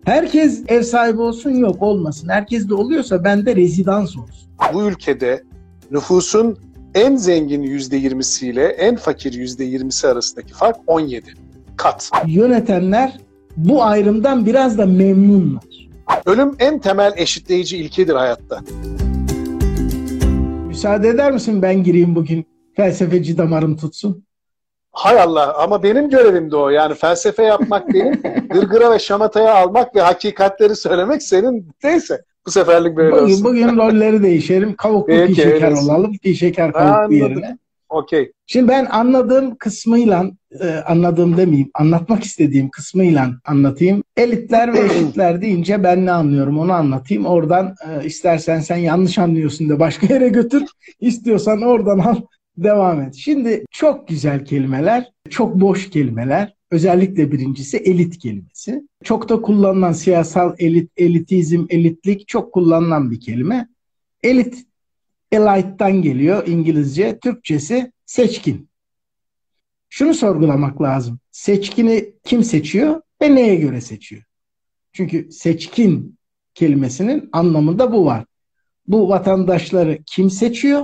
Herkes ev sahibi olsun, yok olmasın. Herkes de oluyorsa bende rezidans olsun. Bu ülkede nüfusun en zengin %20'siyle en fakir %20'si arasındaki fark 17 kat. Yönetenler bu ayrımdan biraz da memnunlar. Ölüm en temel eşitleyici ilkedir hayatta. Müsaade eder misin ben gireyim bugün, felsefeci damarım tutsun? Hay Allah, ama benim görevim de o. Yani felsefe yapmak benim, gırgıra ve şamataya almak ve hakikatleri söylemek senin. Neyse, bu seferlik böyle olsun. Bugün rolleri değişelim. Kavuklu Peki, pi şeker öyle olalım. Pi şeker kavuklu yerine. Okey. Şimdi ben anladığım kısmıyla, anladığım demeyeyim, anlatmak istediğim kısmıyla anlatayım. Elitler ve eşitler deyince ben ne anlıyorum onu anlatayım. Oradan istersen sen yanlış anlıyorsun da başka yere götür. İstiyorsan oradan al, devam et. Şimdi çok güzel kelimeler, çok boş kelimeler. Özellikle birincisi elit kelimesi. Çok da kullanılan siyasal elit, elitizm, elitlik çok kullanılan bir kelime. Elit, elite'dan geliyor İngilizce. Türkçesi seçkin. Şunu sorgulamak lazım. Seçkini kim seçiyor ve neye göre seçiyor? Çünkü seçkin kelimesinin anlamında bu var. Bu vatandaşları kim seçiyor?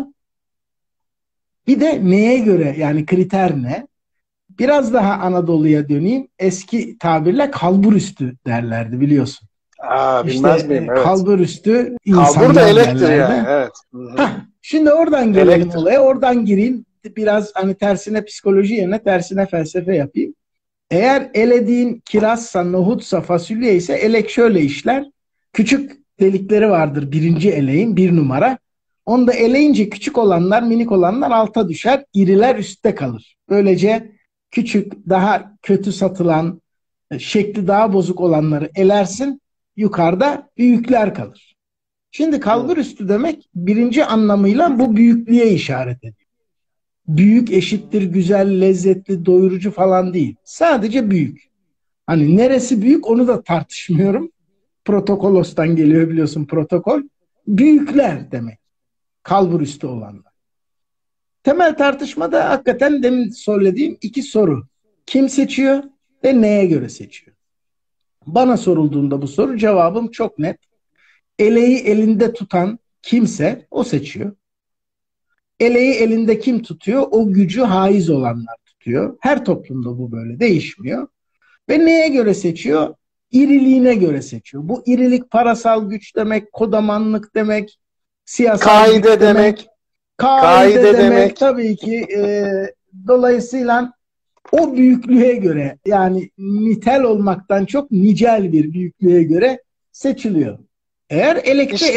Bir de neye göre, yani kriter ne? Biraz daha Anadolu'ya döneyim. Eski tabirle kalburüstü derlerdi, biliyorsun. Bilmez miyim? Evet. Kalburüstü insanlar kalbur da elektir derlerdi. yani. Evet. Şimdi oradan gelelim Elektrik. olaya. Oradan gireyim. Biraz hani tersine psikoloji yerine tersine felsefe yapayım. Eğer elediğin kirazsa, nohutsa, fasulye ise elek şöyle işler. Küçük delikleri vardır birinci eleğin, 1 numara. Onu da eleyince küçük olanlar, minik olanlar alta düşer. İriler üstte kalır. Böylece küçük, daha kötü satılan, şekli daha bozuk olanları elersin. Yukarıda büyükler kalır. Şimdi kalburüstü demek birinci anlamıyla bu büyüklüğe işaret ediyor. Büyük eşittir güzel, lezzetli, doyurucu falan değil. Sadece büyük. Hani neresi büyük onu da tartışmıyorum. Protokolos'tan geliyor, biliyorsun, protokol. Büyükler demek. Kalburüstü olanlar. Temel tartışmada hakikaten demin söylediğim 2 soru. Kim seçiyor ve neye göre seçiyor? Bana sorulduğunda bu soru, cevabım çok net. Eleği elinde tutan kimse o seçiyor. Eleği elinde kim tutuyor? O gücü haiz olanlar tutuyor. Her toplumda bu böyle, değişmiyor. Ve neye göre seçiyor? İriliğine göre seçiyor. Bu irilik parasal güç demek, kodamanlık demek, siyasal Kaide güç demek. Kaide demek. Tabii ki. Dolayısıyla o büyüklüğe göre, yani nitel olmaktan çok nicel bir büyüklüğe göre seçiliyor. Eğer elekte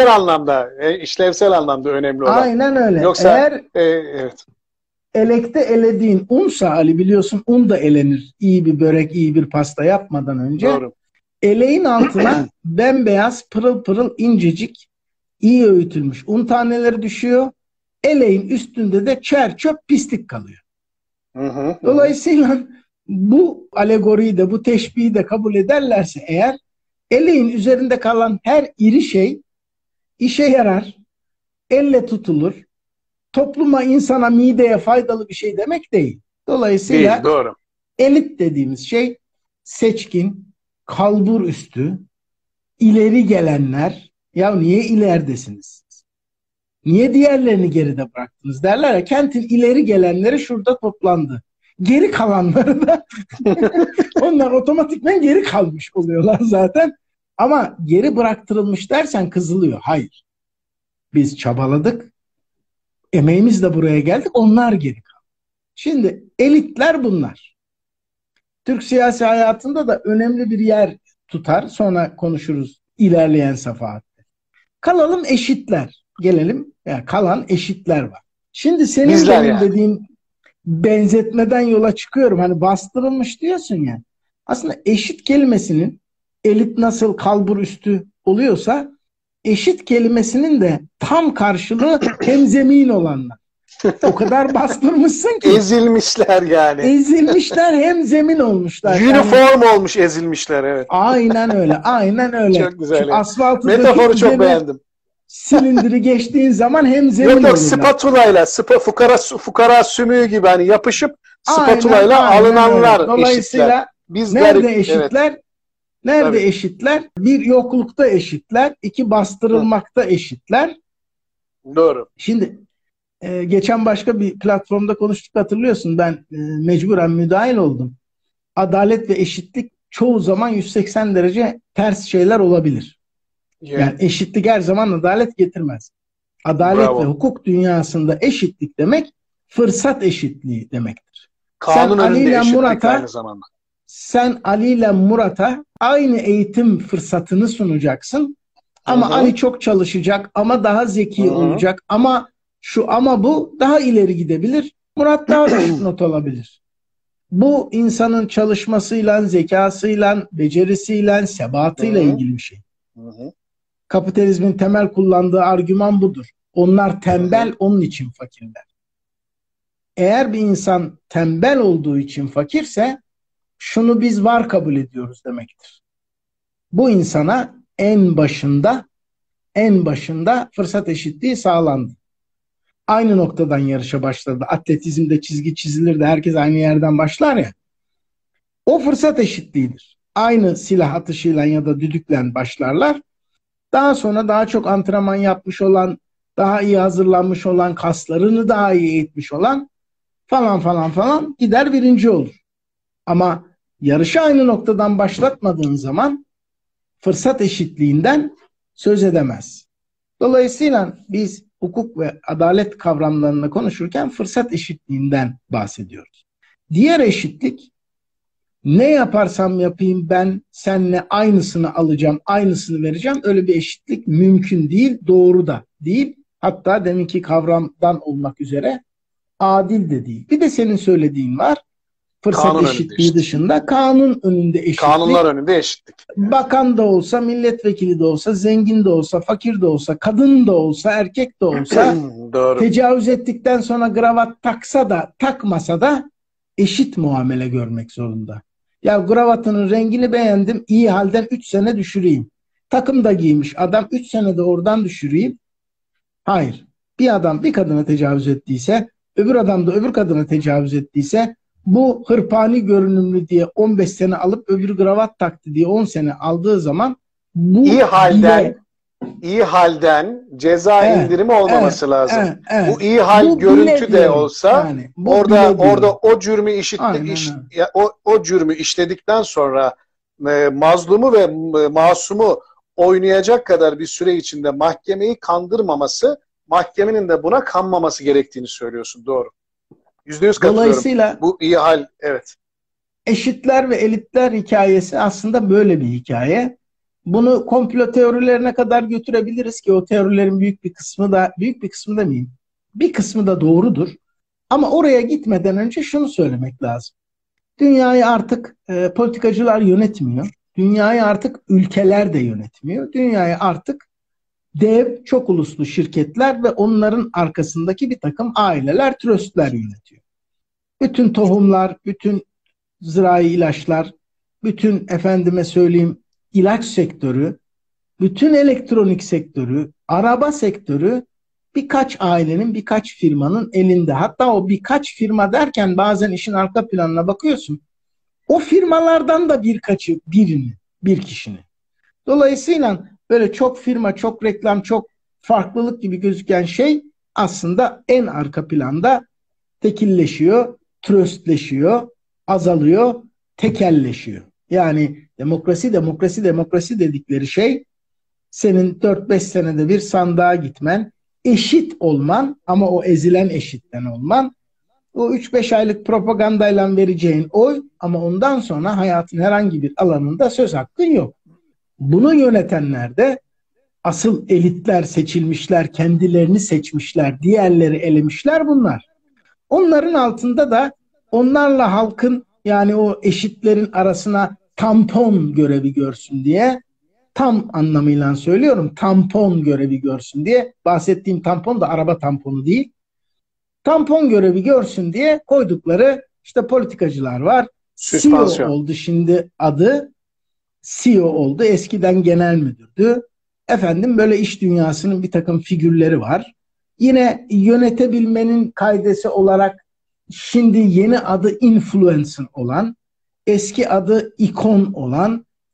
işlevsel anlamda önemli olan. Aynen öyle. Yoksa eğer evet. elekte elediğin unsa, Ali biliyorsun, un da elenir. İyi bir börek, iyi bir pasta yapmadan önce. Doğru. Eleğin altına bembeyaz, pırıl pırıl, incecik, iyi öğütülmüş un taneleri düşüyor. Eleğin üstünde de çer çöp pislik kalıyor. Dolayısıyla bu alegoriyi de, bu teşbihi de kabul ederlerse eğer, eleğin üzerinde kalan her iri şey işe yarar, elle tutulur, topluma, insana, mideye faydalı bir şey demek değil. Dolayısıyla değil, doğru. Elit dediğimiz şey seçkin, kalbur üstü, ileri gelenler. Ya niye ileridesiniz? Niye diğerlerini geride bıraktınız derler ya, kentin ileri gelenleri şurada toplandı. Geri kalanları da onlar otomatikman geri kalmış oluyorlar zaten. Ama geri bıraktırılmış dersen kızılıyor. Hayır. Biz çabaladık. Emeğimizle buraya geldik. Onlar geri kaldı. Şimdi elitler bunlar. Türk siyasi hayatında da önemli bir yer tutar. Sonra konuşuruz ilerleyen safhatte. Kalalım eşitler. Gelelim. Yani kalan eşitler var. Şimdi senin benim dediğin benzetmeden yola çıkıyorum. Hani bastırılmış diyorsun ya. Aslında eşit kelimesinin, elit nasıl kalbur üstü oluyorsa, eşit kelimesinin de tam karşılığı hemzemin olanlar. O kadar bastırmışsın ki. Ezilmişler yani. Ezilmişler, hemzemin olmuşlar. Uniform olmuş ezilmişler, evet. Aynen öyle. Aynen öyle. Çok güzel. Asfaltı metaforu çok beğendim. Silindiri geçtiğin zaman hemzemin olurlar. Yok spatulayla, fukara sümüğü gibi hani yapışıp spatulayla alınanlar dolayısıyla eşitler. Biz nerede eşitler? Evet. Nerede Tabii. eşitler? Bir, yoklukta eşitler. İki, bastırılmakta eşitler. Doğru. Şimdi geçen başka bir platformda konuştuk, hatırlıyorsun. Ben mecburen müdahil oldum. Adalet ve eşitlik çoğu zaman 180 derece ters şeyler olabilir. Yani eşitlik her zaman adalet getirmez. Adalet Bravo. ve hukuk dünyasında eşitlik demek fırsat eşitliği demektir. Kanun önünde eşitlik aynı zamanda. Sen Ali ile Murat'a aynı eğitim fırsatını sunacaksın. Ama Ali çok çalışacak, ama daha zeki olacak, ama şu ama bu daha ileri gidebilir. Murat daha düşük not alabilir. Bu insanın çalışmasıyla, zekasıyla, becerisiyle, sebatıyla ilgili bir şey. Kapitalizmin temel kullandığı argüman budur. Onlar tembel, onun için fakirler. Eğer bir insan tembel olduğu için fakirse, şunu biz var kabul ediyoruz demektir. Bu insana en başında fırsat eşitliği sağlandı. Aynı noktadan yarışa başladı. Atletizmde çizgi çizilir de herkes aynı yerden başlar ya. O fırsat eşitliğidir. Aynı silah atışıyla ya da düdükle başlarlar. Daha sonra daha çok antrenman yapmış olan, daha iyi hazırlanmış olan, kaslarını daha iyi eğitmiş olan falan gider birinci olur. Ama yarışı aynı noktadan başlatmadığın zaman fırsat eşitliğinden söz edemez. Dolayısıyla biz hukuk ve adalet kavramlarını konuşurken fırsat eşitliğinden bahsediyoruz. Diğer eşitlik, ne yaparsam yapayım ben seninle aynısını alacağım, aynısını vereceğim. Öyle bir eşitlik mümkün değil, doğru da değil. Hatta deminki kavramdan olmak üzere adil de değil. Bir de senin söylediğin var. Fırsat kanun eşitliği dışında kanun önünde eşitlik. Kanunlar önünde eşitlik. Bakan da olsa, milletvekili de olsa, zengin de olsa, fakir de olsa, kadın da olsa, erkek de olsa Doğru. Tecavüz ettikten sonra kravat taksa da takmasa da eşit muamele görmek zorunda. Ya kravatının rengini beğendim, iyi halden 3 sene düşüreyim. Takım da giymiş adam, 3 senede oradan düşüreyim. Hayır. Bir adam bir kadına tecavüz ettiyse, öbür adam da öbür kadına tecavüz ettiyse, bu hırpani görünümlü diye 15 sene alıp öbür kravat taktı diye 10 sene aldığı zaman bu iyi halden ceza indirimi olmaması lazım. Bu iyi hal bu görüntü de olsa yani, orada o cürmü o cürmü işledikten sonra mazlumu ve masumu oynayacak kadar bir süre içinde mahkemeyi kandırmaması, mahkemenin de buna kanmaması gerektiğini söylüyorsun. Doğru. %100 katılıyorum. Dolayısıyla bu iyi hal, evet. Eşitler ve elitler hikayesi aslında böyle bir hikaye. Bunu komplo teorilerine kadar götürebiliriz ki o teorilerin büyük bir kısmı demeyeyim, bir kısmı da doğrudur. Ama oraya gitmeden önce şunu söylemek lazım. Dünyayı artık politikacılar yönetmiyor. Dünyayı artık ülkeler de yönetmiyor. Dünyayı artık dev, çok uluslu şirketler ve onların arkasındaki bir takım aileler, tröstler yönetiyor. Bütün tohumlar, bütün zirai ilaçlar, bütün efendime söyleyeyim ilaç sektörü, bütün elektronik sektörü, araba sektörü birkaç ailenin, birkaç firmanın elinde. Hatta o birkaç firma derken bazen işin arka planına bakıyorsun. O firmalardan da bir kişinin. Dolayısıyla böyle çok firma, çok reklam, çok farklılık gibi gözüken şey aslında en arka planda tekilleşiyor, tröstleşiyor, azalıyor, tekelleşiyor. Yani demokrasi dedikleri şey senin 4-5 senede bir sandığa gitmen, eşit olman ama o ezilen eşitten olman, o 3-5 aylık propagandayla vereceğin oy ama ondan sonra hayatın herhangi bir alanında söz hakkın yok. Bunu yönetenler de asıl elitler, seçilmişler, kendilerini seçmişler, diğerleri elemişler bunlar. Onların altında da onlarla halkın, yani o eşitlerin arasına tampon görevi görsün diye, tam anlamıyla söylüyorum, tampon görevi görsün diye, bahsettiğim tampon da araba tamponu değil, tampon görevi görsün diye koydukları işte politikacılar var. Süspansiyon. CEO oldu şimdi adı. CEO oldu. Eskiden genel müdürdü. Efendim böyle iş dünyasının bir takım figürleri var. Yine yönetebilmenin kaidesi olarak şimdi yeni adı influencer olan, eski adı ikon olan,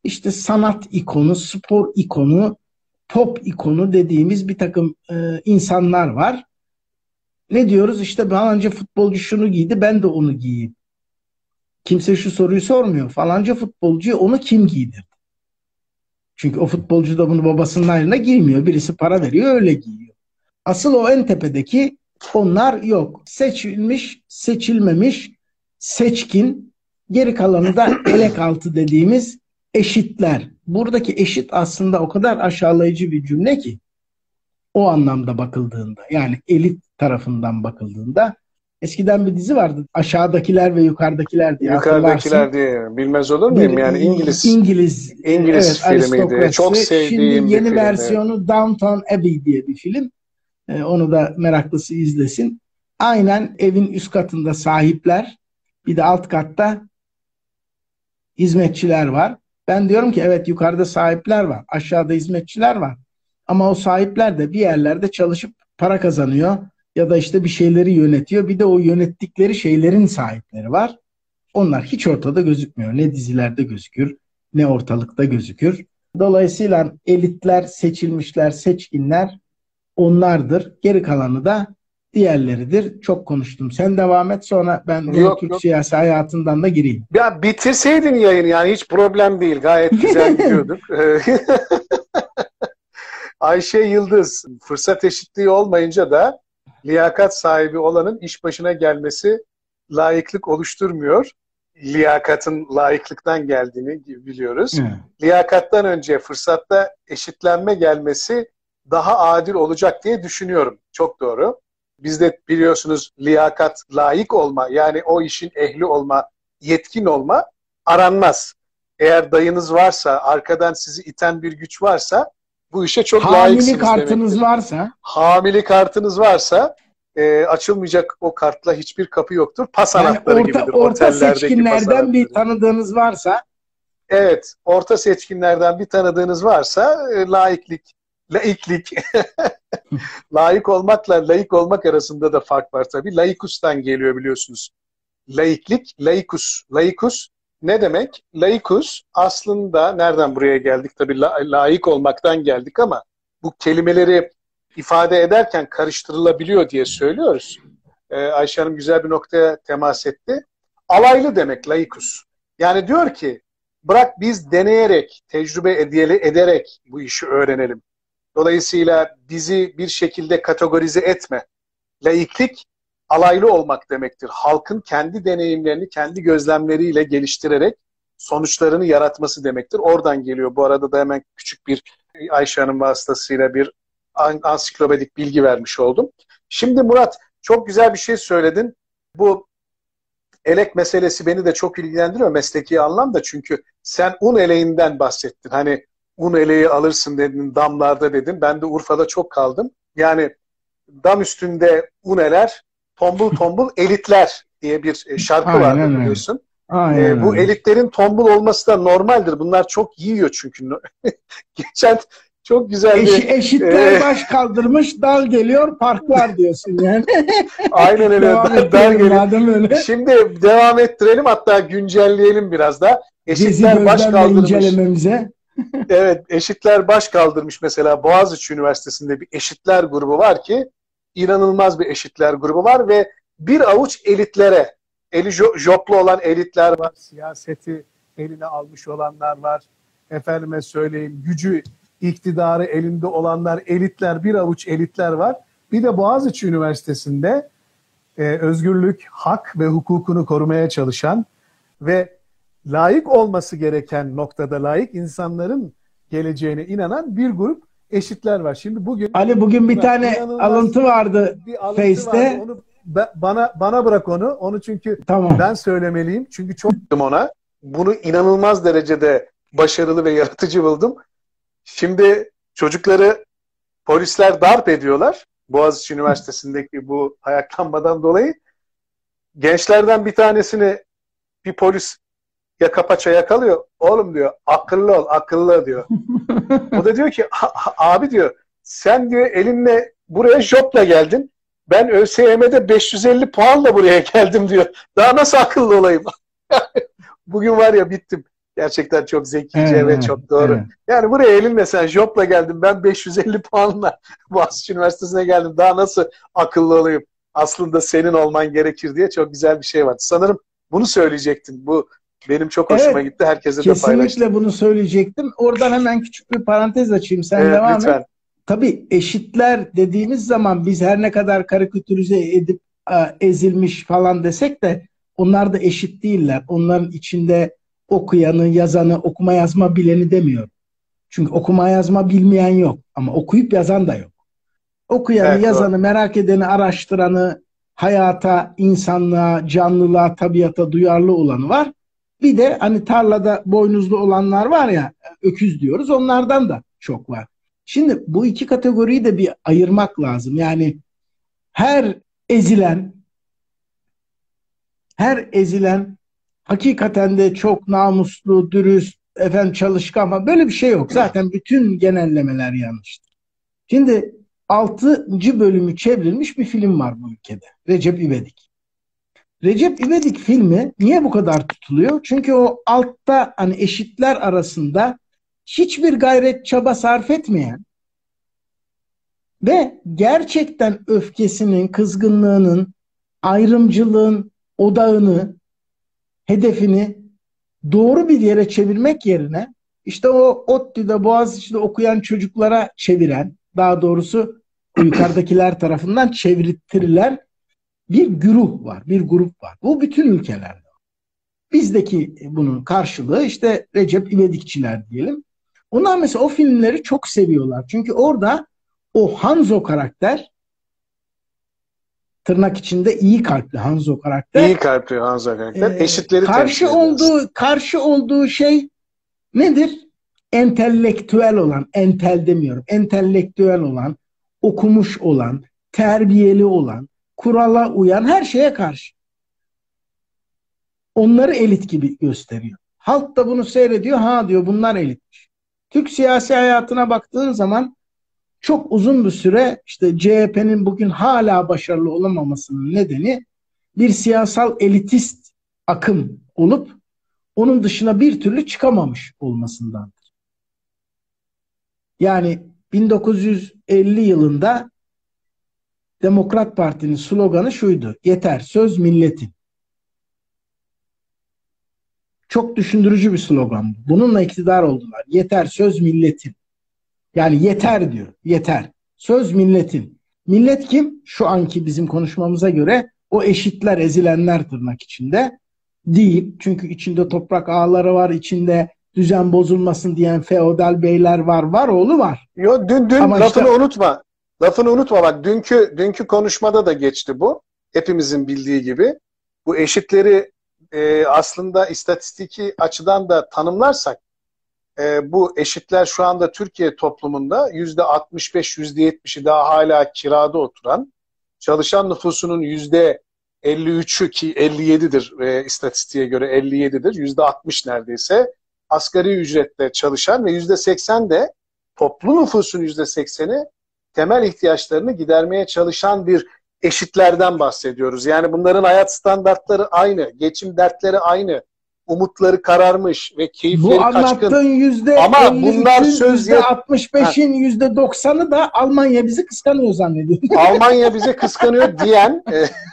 işte sanat ikonu, spor ikonu, pop ikonu dediğimiz bir takım insanlar var. Ne diyoruz? İşte falanca futbolcu şunu giydi, ben de onu giyeyim. Kimse şu soruyu sormuyor. Falanca futbolcuya onu kim giydirdi? Çünkü o futbolcu da bunu babasının ayrına giymiyor. Birisi para veriyor, öyle giyiyor. Asıl o en tepedeki, onlar yok. Seçilmiş, seçilmemiş, seçkin, geri kalanı da elek altı dediğimiz eşitler. Buradaki eşit aslında o kadar aşağılayıcı bir cümle ki, o anlamda bakıldığında, yani elit tarafından bakıldığında. Eskiden bir dizi vardı, Aşağıdakiler ve Yukarıdakiler diye, Yukarıdakiler diye, bilmez olur muyum? Yani İngiliz evet, filmiydi. Çok sevdiğim Şimdi yeni bir versiyonu evet. Downton Abbey diye bir film. Onu da meraklısı izlesin. Aynen evin üst katında sahipler, bir de alt katta hizmetçiler var. Ben diyorum ki evet, yukarıda sahipler var, aşağıda hizmetçiler var. Ama o sahipler de bir yerlerde çalışıp para kazanıyor ya da işte bir şeyleri yönetiyor. Bir de o yönettikleri şeylerin sahipleri var. Onlar hiç ortada gözükmüyor. Ne dizilerde gözükür, ne ortalıkta gözükür. Dolayısıyla elitler, seçilmişler, seçkinler onlardır. Geri kalanı da diğerleridir. Çok konuştum. Sen devam et, sonra ben Türk siyasi hayatından da gireyim. Ya bitirseydin yayını, yani hiç problem değil. Gayet güzel gidiyorduk. Ayşe Yıldız, fırsat eşitliği olmayınca da liyakat sahibi olanın iş başına gelmesi layıklık oluşturmuyor. Liyakatın layıklıktan geldiğini biliyoruz. Liyakattan önce fırsatta eşitlenme gelmesi daha adil olacak diye düşünüyorum. Çok doğru. Bizde biliyorsunuz liyakat, layık olma, yani o işin ehli olma, yetkin olma aranmaz. Eğer dayınız varsa, arkadan sizi iten bir güç varsa, bu işe çok layıksınız demektir. Hamili kartınız varsa açılmayacak o kartla hiçbir kapı yoktur. Pas anahtarı gibidir. Orta seçkinlerden bir tanıdığınız varsa. Evet, orta seçkinlerden bir tanıdığınız varsa laiklik. Layık olmakla layık olmak arasında da fark var tabii. Laikus'tan geliyor biliyorsunuz. Laiklik, laikus. Laikus ne demek? Laikus aslında nereden buraya geldik? Tabii layık olmaktan geldik ama bu kelimeleri ifade ederken karıştırılabiliyor diye söylüyoruz. Ayşe Hanım güzel bir noktaya temas etti. Alaylı demek laikus. Yani diyor ki bırak biz deneyerek, tecrübe ederek bu işi öğrenelim. Dolayısıyla bizi bir şekilde kategorize etme. Laiklik alaylı olmak demektir. Halkın kendi deneyimlerini, kendi gözlemleriyle geliştirerek sonuçlarını yaratması demektir. Oradan geliyor. Bu arada da hemen küçük bir Ayşe Hanım vasıtasıyla bir ansiklopedik bilgi vermiş oldum. Şimdi Murat, çok güzel bir şey söyledin. Bu elek meselesi beni de çok ilgilendiriyor mesleki anlamda. Çünkü sen un eleğinden bahsettin. Hani un eleği alırsın dedin, damlarda dedin. Ben de Urfa'da çok kaldım. Yani dam üstünde un eler, tombul tombul elitler diye bir şarkı vardı biliyorsun. Bu elitlerin tombul olması da normaldir. Bunlar çok yiyor çünkü. Geçen çok güzel bir... Eşitler baş kaldırmış, dal geliyor, parklar diyorsun yani. Aynen öyle. Dal geliyor. Şimdi devam ettirelim, hatta güncelleyelim biraz da. Eşitler baş kaldırmış. Evet, eşitler baş kaldırmış mesela Boğaziçi Üniversitesi'nde bir eşitler grubu var ki, inanılmaz bir eşitler grubu var ve bir avuç elitlere, eli joplu olan elitler var, siyaseti eline almış olanlar var, efendime söyleyeyim gücü, iktidarı elinde olanlar, elitler, bir avuç elitler var. Bir de Boğaziçi Üniversitesi'nde özgürlük, hak ve hukukunu korumaya çalışan ve layık olması gereken noktada layık insanların geleceğine inanan bir grup eşitler var. Şimdi bugün bir tane alıntı vardı Face'te. Onu bana bırak onu. Onu çünkü tamam, ben söylemeliyim. Çünkü çok ona. Bunu inanılmaz derecede başarılı ve yaratıcı buldum. Şimdi çocukları polisler darp ediyorlar. Boğaziçi Üniversitesi'ndeki bu ayaklanmadan dolayı. Gençlerden bir tanesini bir polis yaka paça yakalıyor. Oğlum diyor, akıllı ol, akıllı diyor. O da diyor ki abi diyor, sen diyor elinle buraya jopla geldin. Ben ÖSYM'de 550 puanla buraya geldim diyor. Daha nasıl akıllı olayım? Bugün var ya bittim. Gerçekten çok zekice Evet, ve evet, çok doğru. evet. Yani buraya elinle sen jobla geldim. Ben 550 puanla Boğaziçi Üniversitesi'ne geldim. Daha nasıl akıllı olayım? Aslında senin olman gerekir diye çok güzel bir şey var. Sanırım bunu söyleyecektin. Bu benim çok hoşuma Evet, gitti. Herkese de paylaştım. kesinlikle bunu söyleyecektim. Oradan hemen küçük bir parantez açayım. Sen Evet, devam et. lütfen. Tabii eşitler dediğimiz zaman biz her ne kadar karikatürize edip ezilmiş falan desek de onlar da eşit değiller. Onların içinde okuyanı, yazanı, okuma yazma bileni demiyor. Çünkü okuma yazma bilmeyen yok ama okuyup yazan da yok. Okuyanı, Evet, doğru. yazanı, merak edeni, araştıranı, hayata, insanlığa, canlılığa, tabiata duyarlı olanı var. Bir de hani tarlada boynuzlu olanlar var ya, öküz diyoruz, onlardan da çok var. Şimdi bu iki kategoriyi de bir ayırmak lazım. Yani her ezilen, her ezilen hakikaten de çok namuslu, dürüst, efendim çalışkan ama böyle bir şey yok. Zaten bütün genellemeler yanlış. Şimdi 6. bölümü çevrilmiş bir film var bu ülkede. Recep İvedik. Recep İvedik filmi niye bu kadar tutuluyor? Çünkü o altta hani eşitler arasında hiçbir gayret çaba sarf etmeyen ve gerçekten öfkesinin, kızgınlığının, ayrımcılığın odağını, hedefini doğru bir yere çevirmek yerine işte o ODTÜ'de, Boğaziçi'de okuyan çocuklara çeviren, daha doğrusu o yukarıdakiler tarafından çevirttirilen bir güruh var, bir grup var. Bu bütün ülkelerde. Bizdeki bunun karşılığı işte Recep İvedikçiler diyelim. Onlar mesela o filmleri çok seviyorlar. Çünkü orada o Hanzo karakter, tırnak içinde iyi kalpli Hanzo karakter, İyi kalpli Hanzo karakter. Eşitleri temsil karşı ediyor aslında. olduğu şey nedir? Entelektüel olan, entel demiyorum, entelektüel olan, okumuş olan, terbiyeli olan, kurala uyan her şeye karşı. Onları elit gibi gösteriyor. Halk da bunu seyrediyor, ha diyor bunlar elitmiş. Türk siyasi hayatına baktığın zaman çok uzun bir süre işte CHP'nin bugün hala başarılı olamamasının nedeni bir siyasal elitist akım olup onun dışına bir türlü çıkamamış olmasından. Yani 1950 yılında Demokrat Parti'nin sloganı şuydu: yeter söz milletin. Çok düşündürücü bir slogan. Bununla iktidar oldular. Yeter söz milletin. Yani yeter diyor. Yeter. Söz milletin. Millet kim? Şu anki bizim konuşmamıza göre o eşitler, ezilenler tırnak içinde değil. Çünkü içinde toprak ağları var, içinde düzen bozulmasın diyen feodal beyler var. Var oğlu var. Yo, dün Ama lafını işte unutma. Lafını unutma bak, dünkü konuşmada da geçti bu. Hepimizin bildiği gibi. Bu eşitleri aslında istatistiki açıdan da tanımlarsak bu eşitler şu anda Türkiye toplumunda %65, %70'i daha hala kirada oturan, çalışan nüfusunun %53'ü ki 57'dir, istatistiğe göre 57'dir, %60 neredeyse asgari ücretle çalışan ve %80 de toplu nüfusun %80'i temel ihtiyaçlarını gidermeye çalışan bir eşitlerden bahsediyoruz. Yani bunların hayat standartları aynı, geçim dertleri aynı, umutları kararmış ve bu keyifleri kaçkın. anlattığın Ama bunlar %53'ün söz yet... Ha, %65'in %90'ı da Almanya bizi kıskanıyor zannediyor. Almanya bizi kıskanıyor diyen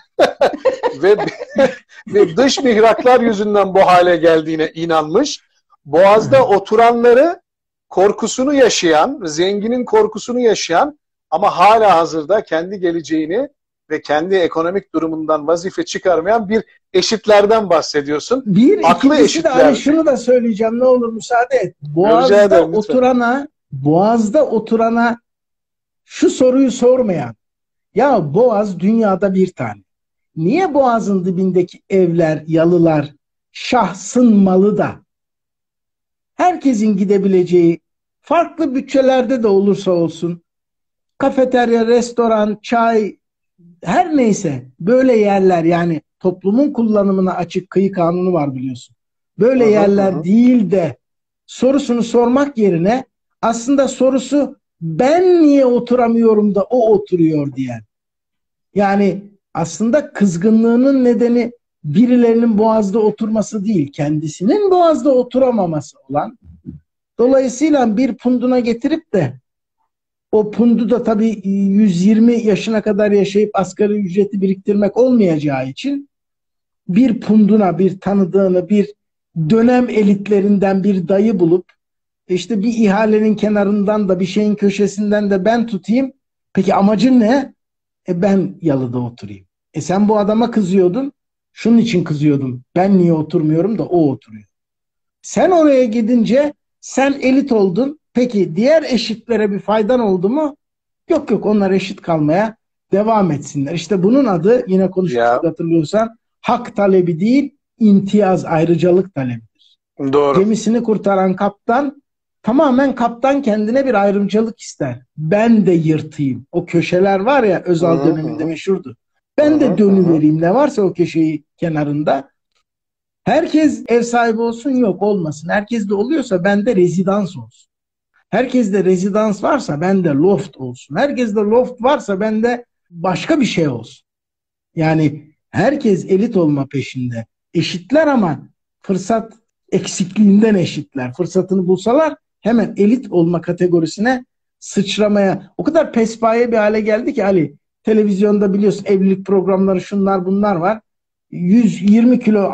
ve ve dış mihraklar yüzünden bu hale geldiğine inanmış. Boğaz'da oturanları korkusunu yaşayan, zenginin korkusunu yaşayan ama hala hazırda kendi geleceğini ve kendi ekonomik durumundan vazife çıkarmayan bir eşitlerden bahsediyorsun. Bir, Aklı ikincisi de hani eşitler. şunu da söyleyeceğim, ne olur müsaade et. Rica ederim, lütfen. Boğaz'da oturana şu soruyu sormayan, ya Boğaz dünyada bir tane. Niye Boğaz'ın dibindeki evler, yalılar şahsın malı da herkesin gidebileceği, farklı bütçelerde de olursa olsun, kafeterya, restoran, çay, her neyse böyle yerler, yani toplumun kullanımına açık kıyı kanunu var biliyorsun. Böyle Hı hı yerler hı. değil de sorusunu sormak yerine aslında sorusu ben niye oturamıyorum da o oturuyor diyen. Yani aslında kızgınlığının nedeni birilerinin boğazda oturması değil, kendisinin boğazda oturamaması olan, dolayısıyla bir punduna getirip de o pundu da tabii 120 yaşına kadar yaşayıp asgari ücreti biriktirmek olmayacağı için bir punduna, bir tanıdığını, bir dönem elitlerinden bir dayı bulup işte bir ihalenin kenarından da bir şeyin köşesinden de ben tutayım. Peki amacın ne? Ben yalıda oturayım. Sen bu adama kızıyordun. Şunun için kızıyordum. Ben niye oturmuyorum da o oturuyor. Sen oraya gidince sen elit oldun. Peki diğer eşitlere bir faydan oldu mu? Yok yok, onlar eşit kalmaya devam etsinler. İşte bunun adı, yine konuşmuştuk hatırlıyorsan, hak talebi değil, imtiyaz, ayrıcalık talebidir. Doğru. Gemisini kurtaran kaptan tamamen kaptan kendine bir ayrımcılık ister. Ben de yırtayım. O köşeler var ya, Özal döneminde meşhurdu. Ben de dönüvereyim, ne varsa o köşeyi kenarında. Herkes ev sahibi olsun, yok olmasın. Herkes de oluyorsa bende rezidans olsun. Herkes de rezidans varsa bende loft olsun. Herkes de loft varsa bende başka bir şey olsun. Yani herkes elit olma peşinde. Eşitler ama fırsat eksikliğinden eşitler. Fırsatını bulsalar hemen elit olma kategorisine sıçramaya, o kadar pespaye bir hale geldi ki Ali, televizyonda biliyorsun evlilik programları, şunlar bunlar var. 120 kilo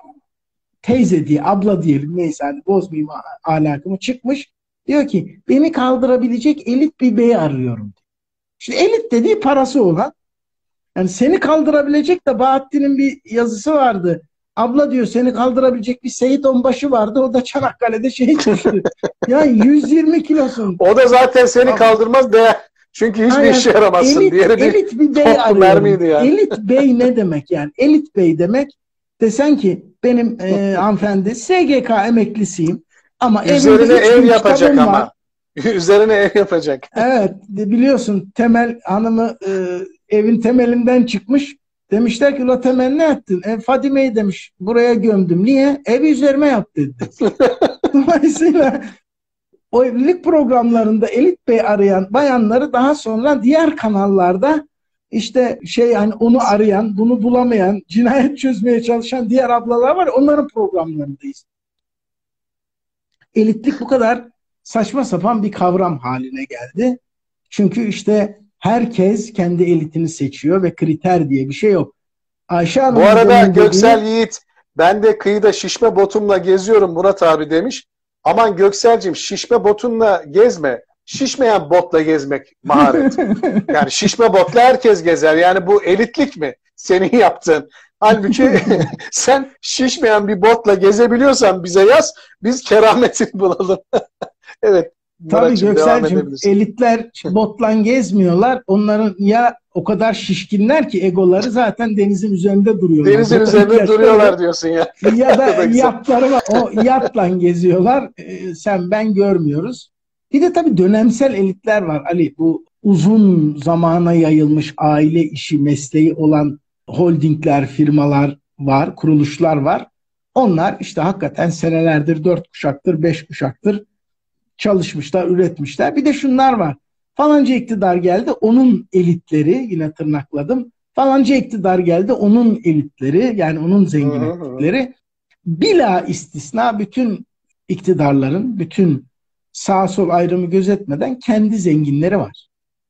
teyze diye, abla diyelim, neyse hani bozmayayım ahlakımı, çıkmış. Diyor ki beni kaldırabilecek elit bir bey arıyorum. Şimdi elit dediği parası olan, yani seni kaldırabilecek de, Bahattin'in bir yazısı vardı. Abla diyor, seni kaldırabilecek bir Seyit Onbaşı vardı. O da Çanakkale'de düştü. Ya 120 kilosun. O da zaten seni kaldırmaz değer. Çünkü hiçbir işe yaramazsın. Elit bir bey arıyorum. Yani. Elit bey ne demek yani? Elit bey demek, desen ki benim hanımefendi SGK emeklisiyim. Ama üzerine ev yapacak ama. Var. Üzerine ev yapacak. Evet, biliyorsun Temel hanımı evin temelinden çıkmış. Demişler ki la Temel ne ettin? Fadime'yi demiş buraya gömdüm. Niye? Evi üzerime yap dedi. Dolayısıyla o evlilik programlarında elit bey arayan bayanları daha sonra diğer kanallarda işte hani onu arayan, bunu bulamayan, cinayet çözmeye çalışan diğer ablalar var. Onların programlarındayız. Elitlik bu kadar saçma sapan bir kavram haline geldi. Çünkü işte herkes kendi elitini seçiyor ve kriter diye bir şey yok. Ayşe Hanım, bu arada Göksel Yiğit, ben de kıyıda şişme botumla geziyorum Murat abi demiş. Aman Göksel'cim, şişme botunla gezme. Şişmeyen botla gezmek maharet. Yani şişme botla herkes gezer. Yani bu elitlik mi? Senin yaptığın. Halbuki sen şişmeyen bir botla gezebiliyorsan bize yaz. Biz kerametini bulalım. Evet. Tabii Göksel'cim, elitler botla gezmiyorlar. Onların ya o kadar şişkinler ki egoları zaten denizin üzerinde duruyorlar. Denizin üzerinde duruyorlar diyorsun ya. Ya da yatları var. O yatla geziyorlar. Sen ben görmüyoruz. Bir de tabii dönemsel elitler var Ali. Bu uzun zamana yayılmış aile işi mesleği olan holdingler, firmalar var, kuruluşlar var. Onlar işte hakikaten senelerdir 4 kuşaktır, 5 kuşaktır çalışmışlar, üretmişler. Bir de şunlar var. Falanca iktidar geldi, onun elitleri, yine tırnakladım. Falanca iktidar geldi, onun elitleri, yani onun zengin elitleri. Bila istisna bütün iktidarların, bütün sağ sol ayrımı gözetmeden kendi zenginleri var.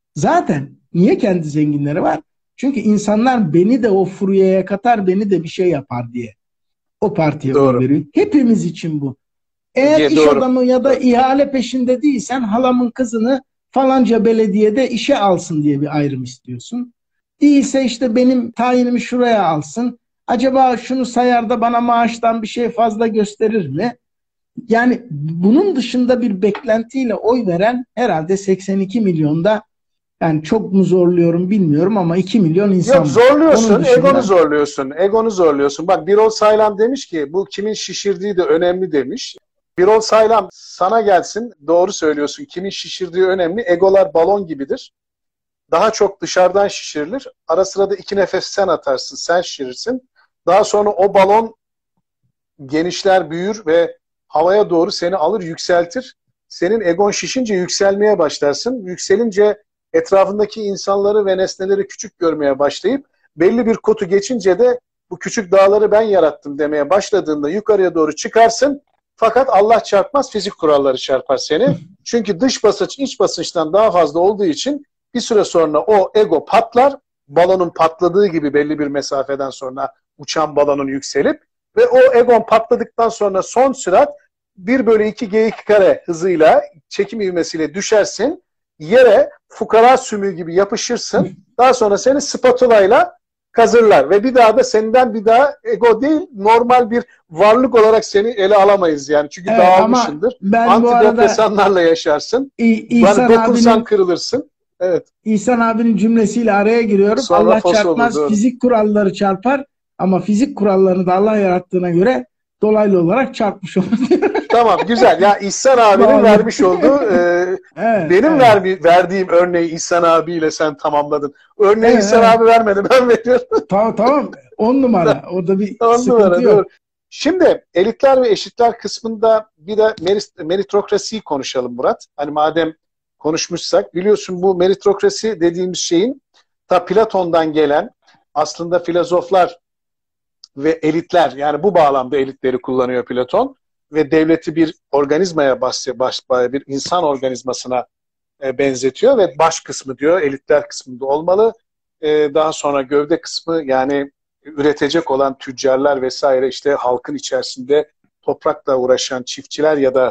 Zaten niye kendi zenginleri var? Çünkü insanlar beni de o furyaya katar, beni de bir şey yapar diye o partiye oy veriyor. Hepimiz için bu. Eğer iş adamı ya da ihale peşinde değilsen, halamın kızını falanca belediyede işe alsın diye bir ayrım istiyorsun. Değilse işte benim tayinimi şuraya alsın. Acaba şunu sayar da bana maaştan bir şey fazla gösterir mi? Yani bunun dışında bir beklentiyle oy veren herhalde 82 milyonda, yani çok mu zorluyorum bilmiyorum ama 2 milyon insan. Yok, zorluyorsun, egonu zorluyorsun. Egonu zorluyorsun. Bak, Birol Saylan demiş ki bu kimin şişirdiği de önemli demiş. Birol Saylan, sana gelsin. Doğru söylüyorsun. Kimin şişirdiği önemli. Egolar balon gibidir. Daha çok dışarıdan şişirilir. Ara sıra da 2 nefes sen atarsın, sen şişirirsin. Daha sonra o balon genişler, büyür ve havaya doğru seni alır, yükseltir. Senin egon şişince yükselmeye başlarsın. Yükselince etrafındaki insanları ve nesneleri küçük görmeye başlayıp belli bir kotu geçince de bu küçük dağları ben yarattım demeye başladığında yukarıya doğru çıkarsın. Fakat Allah çarpmaz, fizik kuralları çarpar seni. Çünkü dış basınç iç basınçtan daha fazla olduğu için bir süre sonra o ego patlar. Balonun patladığı gibi belli bir mesafeden sonra uçan balonun yükselip ve o egon patladıktan sonra son sürat 1/2 g2 hızıyla, çekim ivmesiyle düşersin. Yere fukara sümüğü gibi yapışırsın. Daha sonra seni spatulayla kazırlar ve bir daha da senden bir daha ego değil, normal bir varlık olarak seni ele alamayız yani. Çünkü evet, dağılmışsındır. Antidepresanlarla yaşarsın. Dokunsan kırılırsın. Evet. İhsan abinin cümlesiyle araya giriyorum. Sonra Allah çarpmaz, olur, fizik kuralları çarpar ama fizik kurallarını da Allah yarattığına göre dolaylı olarak çarpmış olur. Tamam, güzel. Ya İhsan abinin vermiş olduğu evet, benim verdiğim örneği İhsan abiyle sen tamamladın. Örneği İhsan abi vermedi, ben veriyorum. Tamam. 10 numara. Orada bir 10 sıkıntı numara, yok. Doğru. Şimdi elitler ve eşitler kısmında bir de meritokrasiyi konuşalım Murat. Hani madem konuşmuşsak, biliyorsun bu meritokrasi dediğimiz şeyin ta Platon'dan gelen, aslında filozoflar ve elitler, yani bu bağlamda elitleri kullanıyor Platon ve devleti bir organizmaya bir insan organizmasına benzetiyor ve baş kısmı diyor elitler kısmında olmalı. Daha sonra gövde kısmı, yani üretecek olan tüccarlar vesaire, işte halkın içerisinde toprakla uğraşan çiftçiler ya da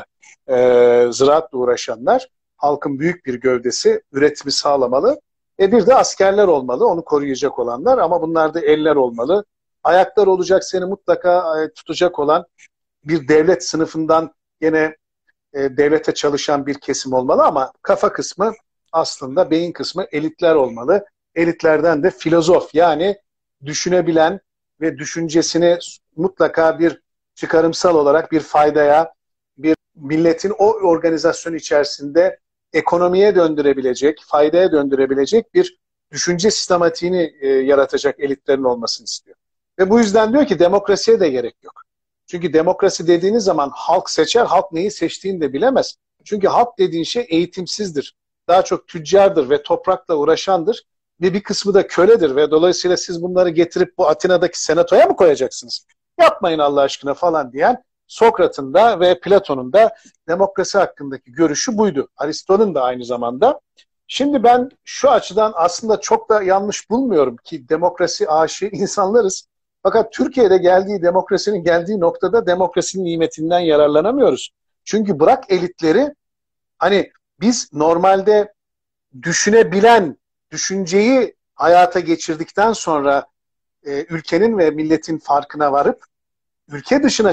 ziraatla uğraşanlar, halkın büyük bir gövdesi, üretimi sağlamalı. Bir de askerler olmalı, onu koruyacak olanlar, ama bunlar da eller olmalı. Ayaklar olacak, seni mutlaka tutacak olan bir devlet sınıfından, yine devlete çalışan bir kesim olmalı, ama kafa kısmı, aslında beyin kısmı elitler olmalı. Elitlerden de filozof, yani düşünebilen ve düşüncesini mutlaka bir çıkarımsal olarak bir faydaya, bir milletin o organizasyon içerisinde ekonomiye döndürebilecek, faydaya döndürebilecek bir düşünce sistematiğini yaratacak elitlerin olmasını istiyor. Ve bu yüzden diyor ki demokrasiye de gerek yok. Çünkü demokrasi dediğiniz zaman halk seçer, halk neyi seçtiğini de bilemez. Çünkü halk dediğin şey eğitimsizdir. Daha çok tüccardır ve toprakla uğraşandır. Ve bir kısmı da köledir ve dolayısıyla siz bunları getirip bu Atina'daki senatoya mı koyacaksınız? Yapmayın Allah aşkına falan diyen Sokrat'ın da ve Platon'un da demokrasi hakkındaki görüşü buydu. Aristo'nun da aynı zamanda. Şimdi ben şu açıdan aslında çok da yanlış bulmuyorum ki demokrasi aşığı insanlarız. Fakat Türkiye'de demokrasinin geldiği noktada demokrasinin nimetinden yararlanamıyoruz. Çünkü bırak elitleri, hani biz normalde düşünebilen, düşünceyi hayata geçirdikten sonra ülkenin ve milletin farkına varıp ülke dışına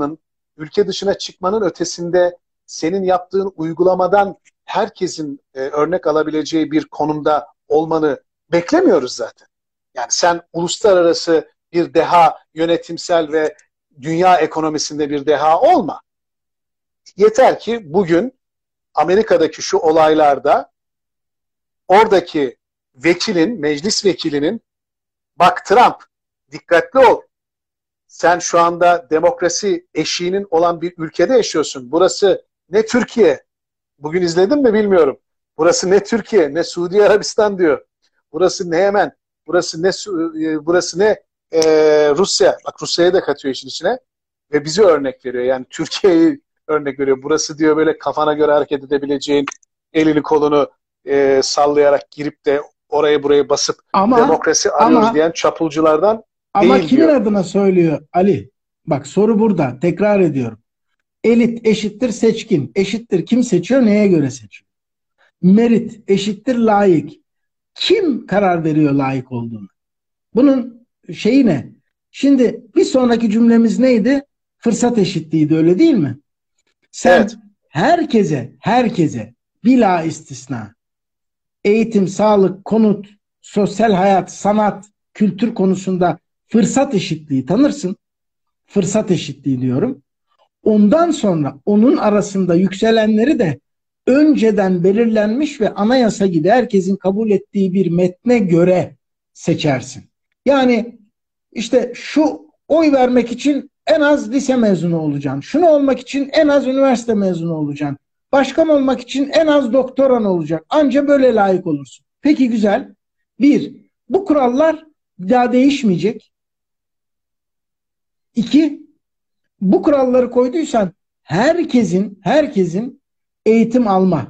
çıkmanın ötesinde senin yaptığın uygulamadan herkesin örnek alabileceği bir konumda olmanı beklemiyoruz zaten. Yani sen uluslararası bir deha, yönetimsel ve dünya ekonomisinde bir deha olma. Yeter ki bugün Amerika'daki şu olaylarda oradaki meclis vekilinin, bak Trump, dikkatli ol. Sen şu anda demokrasi eşiğinin olan bir ülkede yaşıyorsun. Burası ne Türkiye? Bugün izledin mi bilmiyorum. Burası ne Türkiye, ne Suudi Arabistan diyor. Burası ne Yemen, burası ne Rusya. Bak Rusya'yı da katıyor işin içine ve bizi örnek veriyor. Yani Türkiye'yi örnek veriyor. Burası diyor böyle kafana göre hareket edebileceğin, elini kolunu sallayarak girip de oraya buraya basıp demokrasi arıyoruz diyen çapulculardan ama değil kimin diyor. adına söylüyor Ali? Bak soru burada. Tekrar ediyorum. Elit eşittir seçkin. Eşittir kim seçiyor, neye göre seçiyor? Merit eşittir layık. Kim karar veriyor layık olduğunu? Bunun şeyi ne? Şimdi bir sonraki cümlemiz neydi? Fırsat eşitliğiydi, öyle değil mi? Sen evet, herkese bila istisna eğitim, sağlık, konut, sosyal hayat, sanat, kültür konusunda fırsat eşitliği tanırsın. Fırsat eşitliği diyorum. Ondan sonra onun arasında yükselenleri de önceden belirlenmiş ve anayasa gibi herkesin kabul ettiği bir metne göre seçersin. Yani işte şu oy vermek için en az lise mezunu olacaksın. Şunu olmak için en az üniversite mezunu olacaksın. Başkan olmak için en az doktoran olacak. Anca böyle layık olursun. Peki güzel. Bu kurallar daha değişmeyecek. İki, bu kuralları koyduysan herkesin eğitim alma.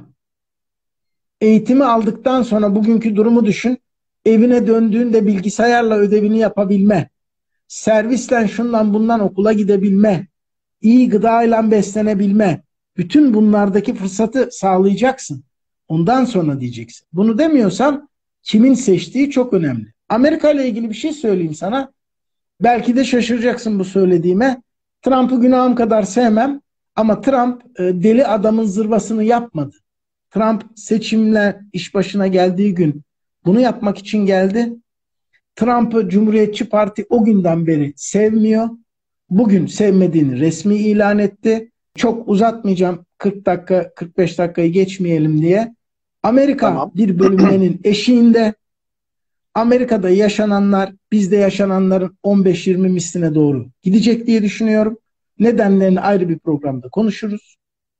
Eğitimi aldıktan sonra bugünkü durumu düşün. Evine döndüğünde bilgisayarla ödevini yapabilme. Servisle şundan bundan okula gidebilme. İyi gıdayla beslenebilme. Bütün bunlardaki fırsatı sağlayacaksın. Ondan sonra diyeceksin. Bunu demiyorsan kimin seçtiği çok önemli. Amerika ile ilgili bir şey söyleyeyim sana. Belki de şaşıracaksın bu söylediğime. Trump'ı günahım kadar sevmem ama Trump deli adamın zırvasını yapmadı. Trump seçimle iş başına geldiği gün bunu yapmak için geldi. Trump'ı Cumhuriyetçi Parti o günden beri sevmiyor. Bugün sevmediğini resmi ilan etti. Çok uzatmayacağım, 40 dakika 45 dakikayı geçmeyelim diye. Amerika Tamam. bir bölünmenin eşiğinde. Amerika'da yaşananlar bizde yaşananların 15-20 misline doğru gidecek diye düşünüyorum. Nedenlerini ayrı bir programda konuşuruz.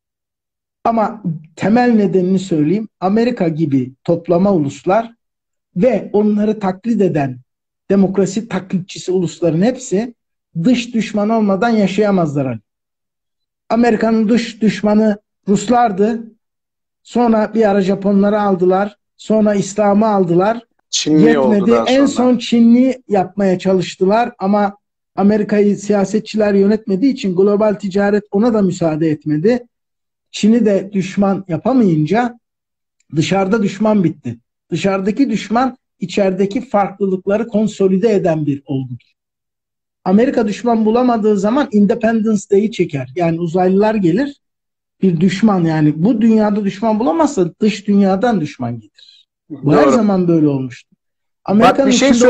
Ama temel nedenini söyleyeyim. Amerika gibi toplama uluslar ve onları taklit eden demokrasi taklitçisi ulusların hepsi dış düşman olmadan yaşayamazlar. Amerika'nın dış düşmanı Ruslardı. Sonra bir ara Japonları aldılar. Sonra İslam'ı aldılar. Çinli Yetmedi. En son Çinli yapmaya çalıştılar ama Amerika'yı siyasetçiler yönetmediği için global ticaret ona da müsaade etmedi. Çin'i de düşman yapamayınca dışarıda düşman bitti. Dışarıdaki düşman içerideki farklılıkları konsolide eden bir olgudur. Amerika düşman bulamadığı zaman Independence Day'i çeker. Yani uzaylılar gelir, bir düşman, yani bu dünyada düşman bulamazsa dış dünyadan düşman gelir. Bu Doğru. her zaman böyle olmuştu. Amerika'nın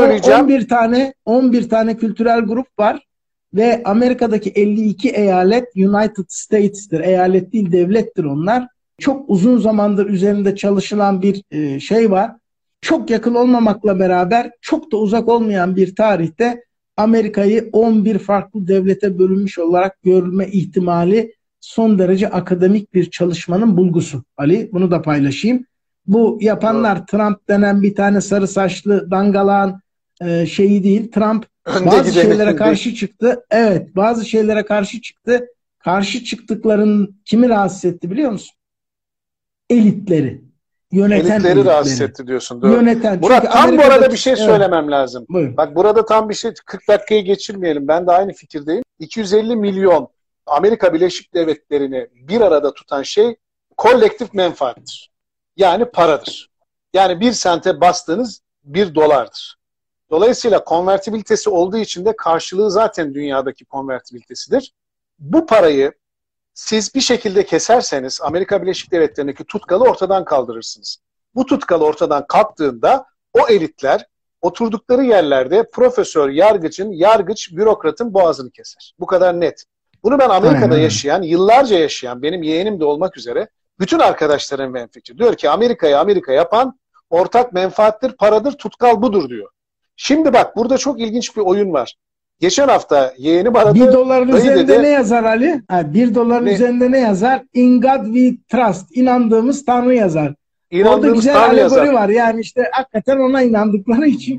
içinde 11 tane kültürel grup var ve Amerika'daki 52 eyalet United States'tir. Eyalet değil, devlettir onlar. Çok uzun zamandır üzerinde çalışılan bir şey var. Çok yakın olmamakla beraber çok da uzak olmayan bir tarihte Amerika'yı 11 farklı devlete bölünmüş olarak görülme ihtimali son derece akademik bir çalışmanın bulgusu. Ali, bunu da paylaşayım. Bu yapanlar Trump denen bir tane sarı saçlı dangalağın şeyi değil. Trump bazı şeylere karşı çıktı. Evet, bazı şeylere karşı çıktı. Karşı çıktıkların kimi rahatsız etti biliyor musun? Elitleri. Elitleri rahatsız etti diyorsun. Doğru. Yöneten. Murat, tam bu arada bir şey söylemem lazım. Buyurun. Bak, burada tam bir şey, 40 dakikayı geçirmeyelim. Ben de aynı fikirdeyim. 250 milyon Amerika Birleşik Devletleri'ni bir arada tutan şey kolektif menfaattir. Yani paradır. Yani bir sente bastığınız $1. Dolayısıyla konvertibilitesi olduğu için de karşılığı zaten dünyadaki konvertibilitesidir. Bu parayı siz bir şekilde keserseniz Amerika Birleşik Devletleri'ndeki tutkalı ortadan kaldırırsınız. Bu tutkalı ortadan kalktığında o elitler oturdukları yerlerde profesör, yargıç, bürokratın boğazını keser. Bu kadar net. Bunu ben Amerika'da yaşayan, yıllarca yaşayan, benim yeğenim de olmak üzere bütün arkadaşlarım hemfikir. Diyor ki Amerika'yı Amerika yapan ortak menfaattir, paradır, tutkal budur diyor. Şimdi bak, burada çok ilginç bir oyun var. Geçen hafta yeğenim aradı. $1 üzerinde ne yazar Ali? $1 üzerinde ne yazar? In God we trust. İnandığımız Tanrı yazar. Orada güzel alegori var. Yani işte hakikaten ona inandıkları için.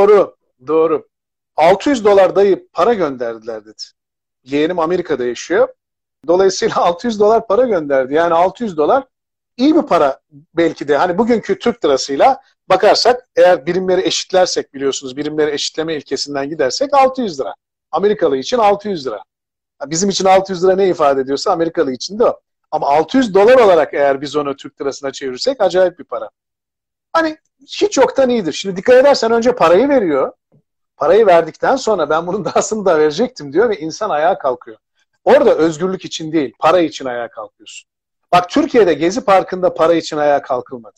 Doğru. $600 dayı para gönderdiler dedi. Yeğenim Amerika'da yaşıyor. Dolayısıyla $600 para gönderdi. Yani $600 iyi bir para belki de. Hani bugünkü Türk lirasıyla bakarsak, eğer birimleri eşitlersek, biliyorsunuz birimleri eşitleme ilkesinden gidersek 600 lira. Amerikalı için 600 lira. Bizim için 600 lira ne ifade ediyorsa Amerikalı için de o. Ama $600 olarak eğer biz onu Türk lirasına çevirirsek acayip bir para. Hani hiç yoktan iyidir. Şimdi dikkat edersen önce parayı veriyor. Parayı verdikten sonra ben bunun dahasını da verecektim diyor ve insan ayağa kalkıyor. Orada özgürlük için değil, para için ayağa kalkıyorsun. Bak, Türkiye'de Gezi Parkı'nda para için ayağa kalkılmadı.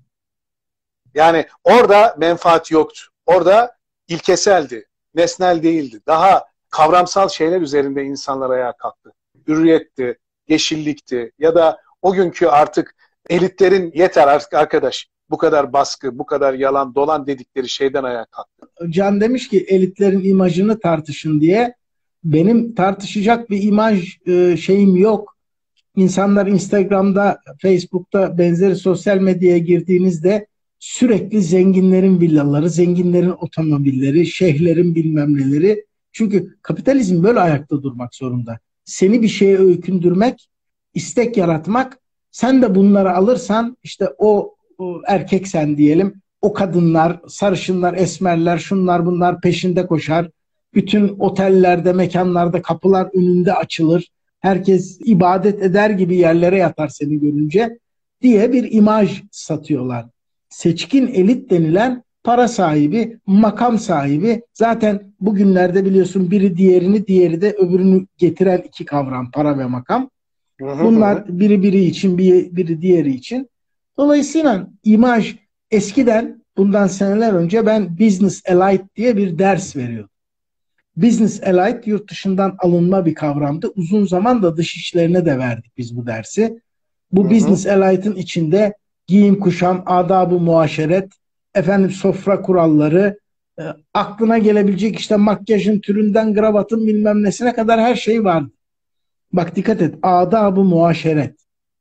Yani orada menfaat yoktu. Orada ilkeseldi, nesnel değildi. Daha kavramsal şeyler üzerinde insanlar ayağa kalktı. Hürriyetti, yeşillikti ya da o günkü artık elitlerin yeter artık arkadaş, bu kadar baskı, bu kadar yalan dolan dedikleri şeyden ayağa kalktı. Can demiş ki elitlerin imajını tartışın diye. Benim tartışacak bir imaj şeyim yok. İnsanlar Instagram'da, Facebook'ta, benzeri sosyal medyaya girdiğinizde sürekli zenginlerin villaları, zenginlerin otomobilleri, şeyhlerin bilmem neleri. Çünkü kapitalizm böyle ayakta durmak zorunda. Seni bir şeye öykündürmek, istek yaratmak, sen de bunları alırsan işte o erkek sen diyelim, o kadınlar, sarışınlar, esmerler, şunlar bunlar peşinde koşar. Bütün otellerde, mekanlarda kapılar önünde açılır. Herkes ibadet eder gibi yerlere yatar seni görünce diye bir imaj satıyorlar. Seçkin elit denilen para sahibi, makam sahibi, zaten bugünlerde biliyorsun biri diğerini, diğeri de öbürünü getiren iki kavram, para ve makam. Bunlar biri için, biri diğeri için. Dolayısıyla imaj eskiden, bundan seneler önce ben Business Elite diye bir ders veriyordum. Business Elite yurt dışından alınma bir kavramdı. Uzun zaman da dış işlerine de verdik biz bu dersi. Bu Business Elite'ın içinde giyim kuşam, adab-ı muaşeret, efendim sofra kuralları, aklına gelebilecek işte makyajın türünden kravatın bilmem nesine kadar her şey vardı. Bak dikkat et, adab-ı muaşeret.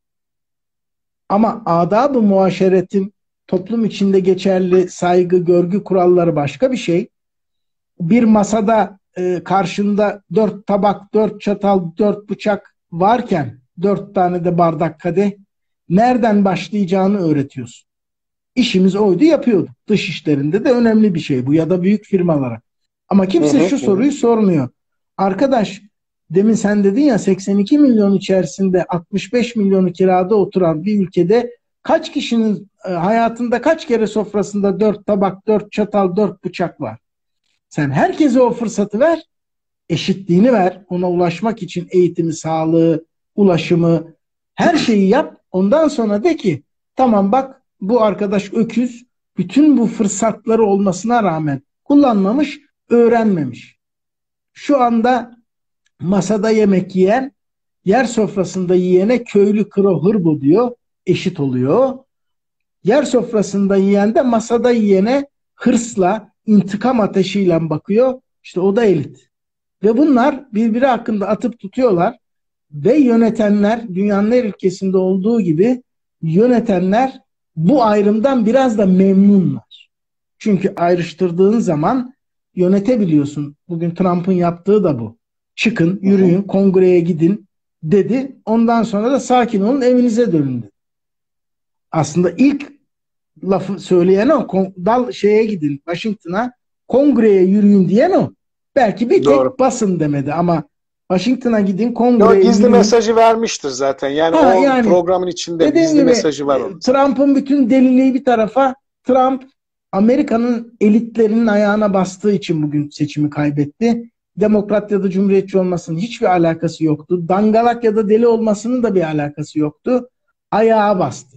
Ama adab-ı muaşeretin toplum içinde geçerli saygı, görgü kuralları başka bir şey. Bir masada karşında 4 tabak, 4 çatal, 4 bıçak varken 4 tane de bardak kadeh, nereden başlayacağını öğretiyorsun. İşimiz oydu, yapıyorduk. Dış işlerinde de önemli bir şey bu, ya da büyük firmalara. Ama kimse şu soruyu sormuyor. Arkadaş, demin sen dedin ya, 82 milyon içerisinde 65 milyonu kirada oturan bir ülkede kaç kişinin hayatında kaç kere sofrasında 4 tabak, 4 çatal, 4 bıçak var? Sen herkese o fırsatı ver, eşitliğini ver. Ona ulaşmak için eğitimi, sağlığı, ulaşımı, her şeyi yap. Ondan sonra de ki tamam bak, bu arkadaş öküz, bütün bu fırsatları olmasına rağmen kullanmamış, öğrenmemiş. Şu anda masada yemek yiyen, yer sofrasında yiyene köylü kro hırbo diyor, eşit oluyor. Yer sofrasında yiyen de masada yiyene hırsla, intikam ateşiyle bakıyor. İşte o da elit. Ve bunlar birbiri hakkında atıp tutuyorlar. Ve yönetenler, dünyanın her ülkesinde olduğu gibi, yönetenler bu ayrımdan biraz da memnunlar. Çünkü ayrıştırdığın zaman yönetebiliyorsun. Bugün Trump'ın yaptığı da bu. Çıkın, yürüyün, kongreye gidin dedi. Ondan sonra da sakin olun, evinize dönün dedi. Aslında ilk lafı söyleyen o. Dal şeye gidin, Washington'a, kongreye yürüyün diyen o. Belki bir tek basın demedi ama Washington'a gidin, kongreye gizli yürüyün. Mesajı vermiştir zaten. Yani programın içinde gizli gibi, mesajı var onun. Trump'ın bütün deliliği bir tarafa, Trump Amerika'nın elitlerinin ayağına bastığı için bugün seçimi kaybetti. Demokrat ya da cumhuriyetçi olmasının hiçbir alakası yoktu. Dangalak ya da deli olmasının da bir alakası yoktu. Ayağa bastı.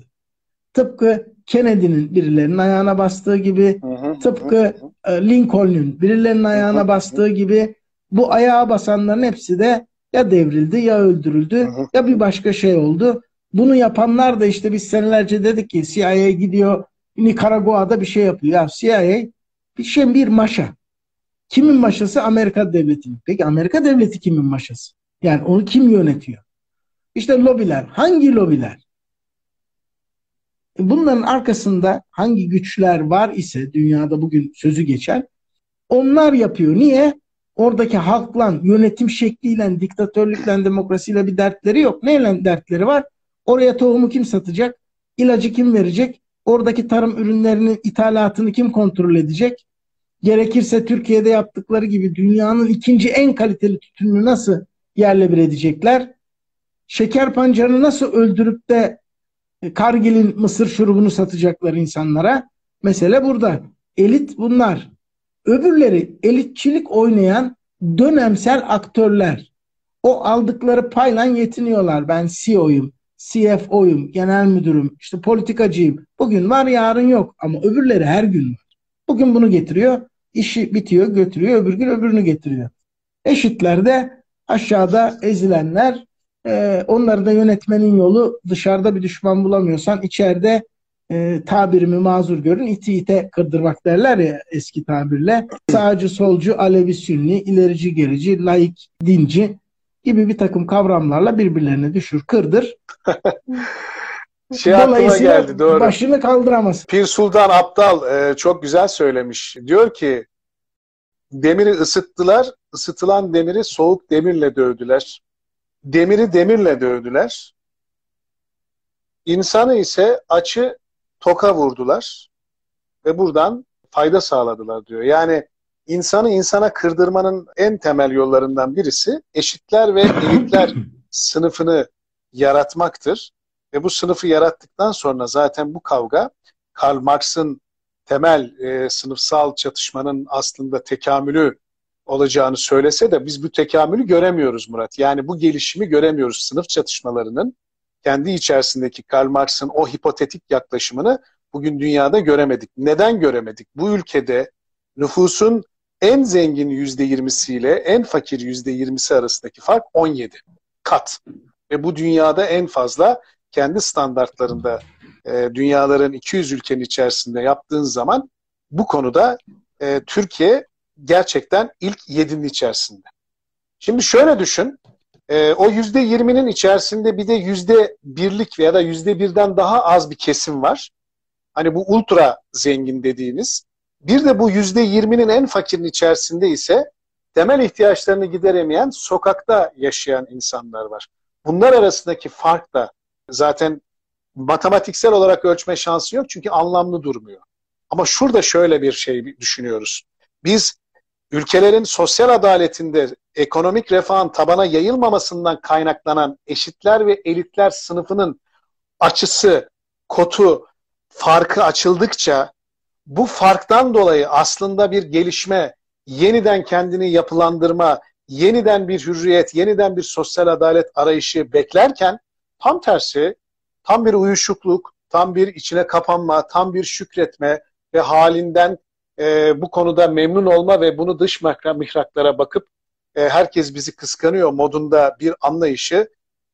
Tıpkı Kennedy'nin birilerinin ayağına bastığı gibi, tıpkı Lincoln'un birilerinin ayağına bastığı gibi, bu ayağa basanların hepsi de ya devrildi, ya öldürüldü, ya bir başka şey oldu. Bunu yapanlar da işte biz senelerce dedik ki CIA gidiyor Nikaragua'da bir şey yapıyor. Ya CIA bir maşa. Kimin maşası? Amerika devletinin. Peki Amerika devleti kimin maşası? Yani onu kim yönetiyor? İşte lobiler. Hangi lobiler? Bunların arkasında hangi güçler var ise dünyada bugün sözü geçen, onlar yapıyor. Niye? Oradaki halkla, yönetim şekliyle, diktatörlükle, demokrasiyle bir dertleri yok. Neyle dertleri var? Oraya tohumu kim satacak? İlacı kim verecek? Oradaki tarım ürünlerinin ithalatını kim kontrol edecek? Gerekirse Türkiye'de yaptıkları gibi dünyanın ikinci en kaliteli tütününü nasıl yerle bir edecekler? Şeker pancarını nasıl öldürüp de Kargil'in mısır şurubunu satacaklar insanlara? Mesele burada. Elit bunlar. Öbürleri elitçilik oynayan dönemsel aktörler. O aldıkları payla yetiniyorlar. Ben CEO'yum, CFO'yum, genel müdürüm, işte politikacıyım. Bugün var, yarın yok. Ama öbürleri her gün var. Bugün bunu getiriyor, işi bitiyor, götürüyor. Öbür gün öbürünü getiriyor. Eşitler de aşağıda ezilenler. Onları da yönetmenin yolu, dışarıda bir düşman bulamıyorsan içeride, tabirimi mazur görün, iti ite kırdırmak derler ya eski tabirle. Sağcı, solcu, Alevi, Sünni, ilerici, gerici, laik, dinci gibi bir takım kavramlarla birbirlerine düşür, kırdır. Dolayısıyla geldi, doğru. Başını kaldıramaz. Pir Sultan Abdal çok güzel söylemiş. Diyor ki Demiri ısıttılar, ısıtılan demiri soğuk demirle dövdüler. Demiri demirle dövdüler. İnsanı ise açı toka vurdular ve buradan fayda sağladılar diyor. Yani insanı insana kırdırmanın en temel yollarından birisi eşitler ve elitler sınıfını yaratmaktır. Ve bu sınıfı yarattıktan sonra zaten bu kavga Karl Marx'ın temel sınıfsal çatışmanın aslında tekamülü olacağını söylese de biz bu tekamülü göremiyoruz Murat. Yani bu gelişimi göremiyoruz. Sınıf çatışmalarının kendi içerisindeki Karl Marx'ın o hipotetik yaklaşımını bugün dünyada göremedik. Neden göremedik? Bu ülkede nüfusun en zengin %20'siyle en fakir %20'si arasındaki fark 17 kat. Ve bu dünyada en fazla kendi standartlarında dünyaların 200 ülkenin içerisinde yaptığın zaman bu konuda Türkiye gerçekten ilk 7'nin içerisinde. Şimdi şöyle düşün, o %20'nin içerisinde bir de %1'lik veya da %1'den daha az bir kesim var. Hani bu ultra zengin dediğimiz. Bir de bu %20'nin en fakirin içerisinde ise temel ihtiyaçlarını gideremeyen, sokakta yaşayan insanlar var. Bunlar arasındaki fark da zaten matematiksel olarak ölçme şansı yok çünkü anlamlı durmuyor. Ama şurada şöyle bir şey düşünüyoruz. Biz ülkelerin sosyal adaletinde ekonomik refahın tabana yayılmamasından kaynaklanan eşitler ve elitler sınıfının açısı, kotu, farkı açıldıkça bu farktan dolayı aslında bir gelişme, yeniden kendini yapılandırma, yeniden bir hürriyet, yeniden bir sosyal adalet arayışı beklerken tam tersi, tam bir uyuşukluk, tam bir içine kapanma, tam bir şükretme ve halinden bu konuda memnun olma ve bunu dış mihraklara bakıp herkes bizi kıskanıyor modunda bir anlayışı,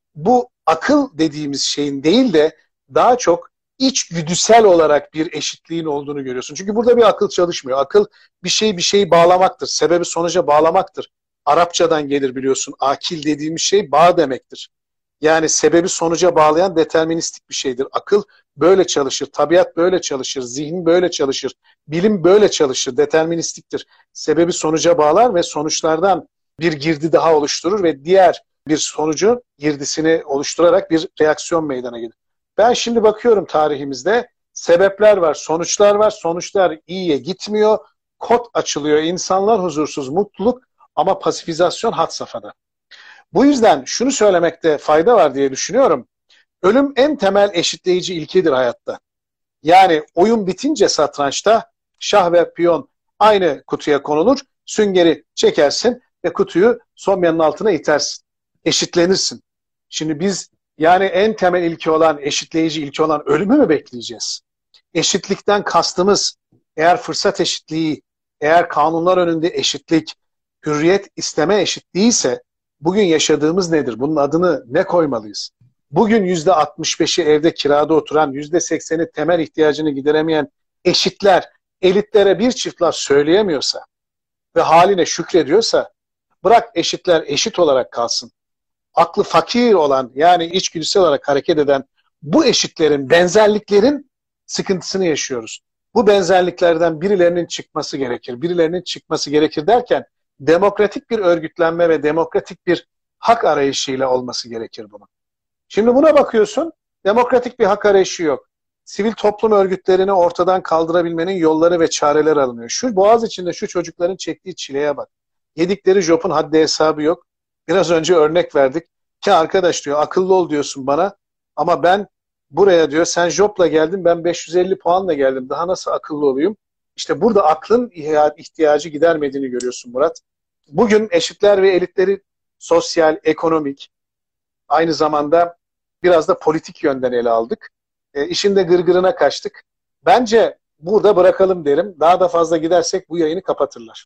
bu akıl dediğimiz şeyin değil de daha çok içgüdüsel olarak bir eşitliğin olduğunu görüyorsun. Çünkü burada bir akıl çalışmıyor. Akıl bir şeyi bağlamaktır. Sebebi sonuca bağlamaktır. Arapçadan gelir biliyorsun. Akil dediğimiz şey bağ demektir. Yani sebebi sonuca bağlayan deterministik bir şeydir. Akıl böyle çalışır, tabiat böyle çalışır, zihin böyle çalışır, bilim böyle çalışır, deterministiktir. Sebebi sonuca bağlar ve sonuçlardan bir girdi daha oluşturur ve diğer bir sonucu girdisini oluşturarak bir reaksiyon meydana gelir. Ben şimdi bakıyorum tarihimizde sebepler var, sonuçlar var, sonuçlar iyiye gitmiyor, kod açılıyor, insanlar huzursuz, mutluluk ama pasifizasyon had safhada. Bu yüzden şunu söylemekte fayda var diye düşünüyorum. Ölüm en temel eşitleyici ilkedir hayatta. Yani oyun bitince satrançta şah ve piyon aynı kutuya konulur, süngeri çekersin ve kutuyu somyanın altına itersin. Eşitlenirsin. Şimdi biz yani en temel ilke olan, eşitleyici ilke olan ölümü mü bekleyeceğiz? Eşitlikten kastımız eğer fırsat eşitliği, eğer kanunlar önünde eşitlik, hürriyet isteme eşitliği ise bugün yaşadığımız nedir? Bunun adını ne koymalıyız? Bugün %65'i evde kirada oturan, %80'i temel ihtiyacını gideremeyen eşitler, elitlere bir çift laf söyleyemiyorsa ve haline şükrediyorsa bırak eşitler eşit olarak kalsın. Aklı fakir olan yani içgüdüsel olarak hareket eden bu eşitlerin, benzerliklerin sıkıntısını yaşıyoruz. Bu benzerliklerden birilerinin çıkması gerekir. Birilerinin çıkması gerekir derken demokratik bir örgütlenme ve demokratik bir hak arayışıyla olması gerekir bunun. Şimdi buna bakıyorsun, demokratik bir hak arayışı yok. Sivil toplum örgütlerini ortadan kaldırabilmenin yolları ve çareleri alınıyor. Şu Boğaz içinde şu çocukların çektiği çileye bak. Yedikleri jopun haddi hesabı yok. Biraz önce örnek verdik. Ki arkadaş diyor akıllı ol diyorsun bana ama ben buraya diyor sen jopla geldin ben 550 puanla geldim. Daha nasıl akıllı olayım? İşte burada aklın ihtiyacı gidermediğini görüyorsun Murat. Bugün eşitler ve elitleri sosyal, ekonomik, aynı zamanda biraz da politik yönden ele aldık. İşin de gırgırına kaçtık. Bence burada bırakalım derim. Daha da fazla gidersek bu yayını kapatırlar.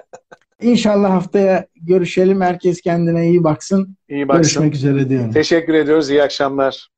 İnşallah haftaya görüşelim. Herkes kendine iyi baksın. İyi baksın. Görüşmek üzere diyorum. Teşekkür ediyoruz. İyi akşamlar.